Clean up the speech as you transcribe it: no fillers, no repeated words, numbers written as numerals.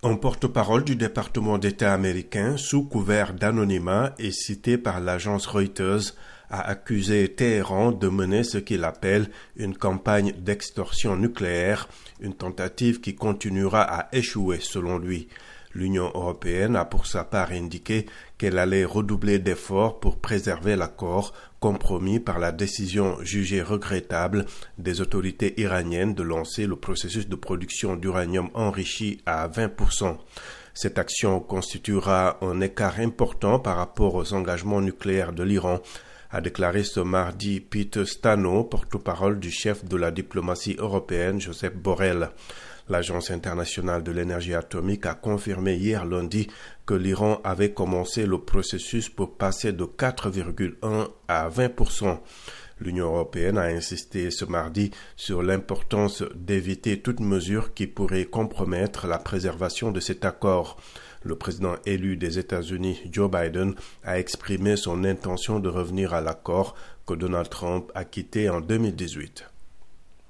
Un porte-parole du département d'État américain, sous couvert d'anonymat et cité par l'agence Reuters, a accusé Téhéran de mener ce qu'il appelle une campagne d'extorsion nucléaire, une tentative qui continuera à échouer selon lui. L'Union européenne a pour sa part indiqué qu'elle allait redoubler d'efforts pour préserver l'accord compromis par la décision jugée regrettable des autorités iraniennes de lancer le processus de production d'uranium enrichi à 20%. Cette action constituera un écart important par rapport aux engagements nucléaires de l'Iran, a déclaré ce mardi Peter Stano, porte-parole du chef de la diplomatie européenne, Josep Borrell. L'Agence internationale de l'énergie atomique a confirmé hier lundi que l'Iran avait commencé le processus pour passer de 4,1 à 20%. L'Union européenne a insisté ce mardi sur l'importance d'éviter toute mesure qui pourrait compromettre la préservation de cet accord. Le président élu des États-Unis, Joe Biden, a exprimé son intention de revenir à l'accord que Donald Trump a quitté en 2018.